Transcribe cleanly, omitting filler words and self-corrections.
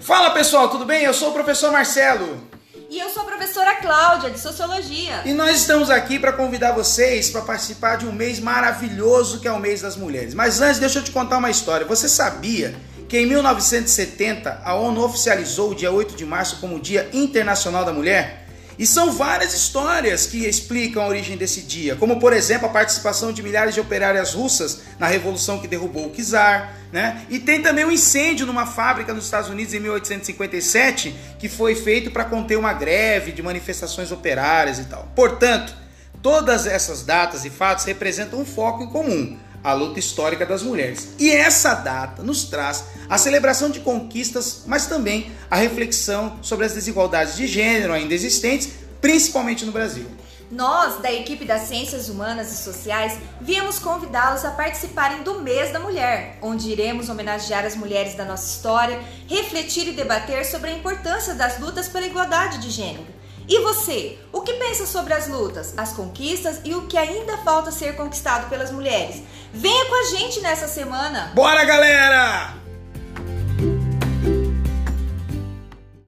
Fala pessoal, tudo bem? Eu sou o professor Marcelo. E eu sou a professora Cláudia, de Sociologia. E nós estamos aqui para convidar vocês para participar de um mês maravilhoso que é o mês das mulheres. Mas antes, deixa eu te contar uma história. Você sabia que em 1970 a ONU oficializou o dia 8 de março como o Dia Internacional da Mulher? E são várias histórias que explicam a origem desse dia, como por exemplo a participação de milhares de operárias russas na revolução que derrubou o czar, né? E tem também um incêndio numa fábrica nos Estados Unidos em 1857 que foi feito para conter uma greve de manifestações operárias e tal. Portanto, todas essas datas e fatos representam um foco em comum: a luta histórica das mulheres. E essa data nos traz a celebração de conquistas, mas também a reflexão sobre as desigualdades de gênero ainda existentes, principalmente no Brasil. Nós, da equipe das Ciências Humanas e Sociais, viemos convidá-los a participarem do Mês da Mulher, onde iremos homenagear as mulheres da nossa história, refletir e debater sobre a importância das lutas pela igualdade de gênero. E você, o que pensa sobre as lutas, as conquistas e o que ainda falta ser conquistado pelas mulheres? Venha com a gente nessa semana! Bora, galera!